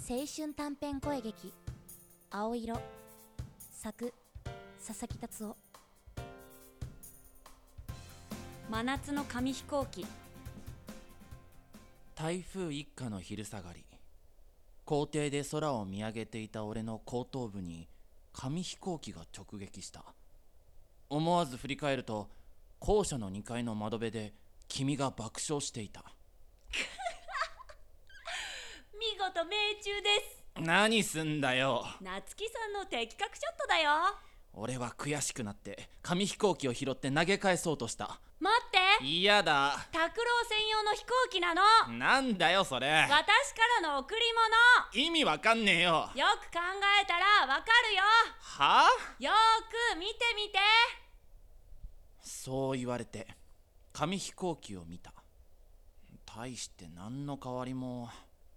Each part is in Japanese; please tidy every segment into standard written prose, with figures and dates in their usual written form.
青春短編声劇青色作佐々木達夫。 真夏の紙飛行機。 台風一過の昼下がり、校庭で空を見上げていた俺の後頭部に紙飛行機が直撃した。思わず振り返ると、校舎の2階の窓辺で君が爆笑していた。 見事命中です。 何すんだよ。 夏希さんの的確ショットだよ。 俺は悔しくなって紙飛行機を拾って投げ返そうとした。 待って、 嫌だ。 拓郎専用の飛行機なの。 なんだよそれ。 私からの贈り意味わかんねえよ。 物。よく考えたらわかるよ。 はあ？ よーく見てみて。 そう言われて紙飛行機を見た。大して何の変わりも。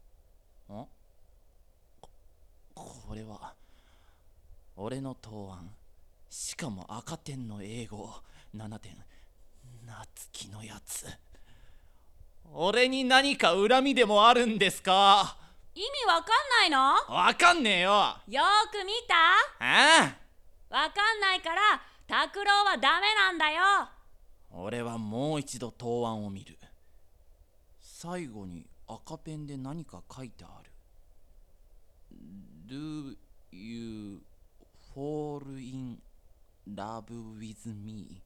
これは俺の答案、しかも赤点の英語7点。夏希のやつ、俺に何か恨みでもあるんですか？ 意味わかんないの？ わかんねえよ。 よーく見た？ ああ、 わかんないから拓郎はダメなんだよ。 俺はもう一度答案を見る。最後に赤ペンで何か書いてある。Do you fall in love with me？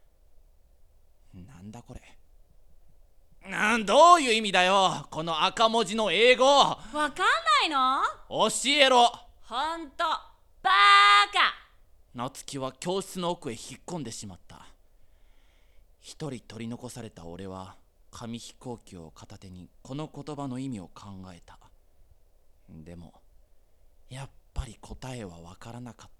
なんだこれ。どういう意味だよこの赤文字の英語。 わかんないの？ 教えろ。 ほんとバーカ。 夏希は教室の奥へ引っ込んでしまった。一人取り残された俺は紙飛行機を片手にこの言葉の意味を考えた。でもやっぱり答えはわからなかった。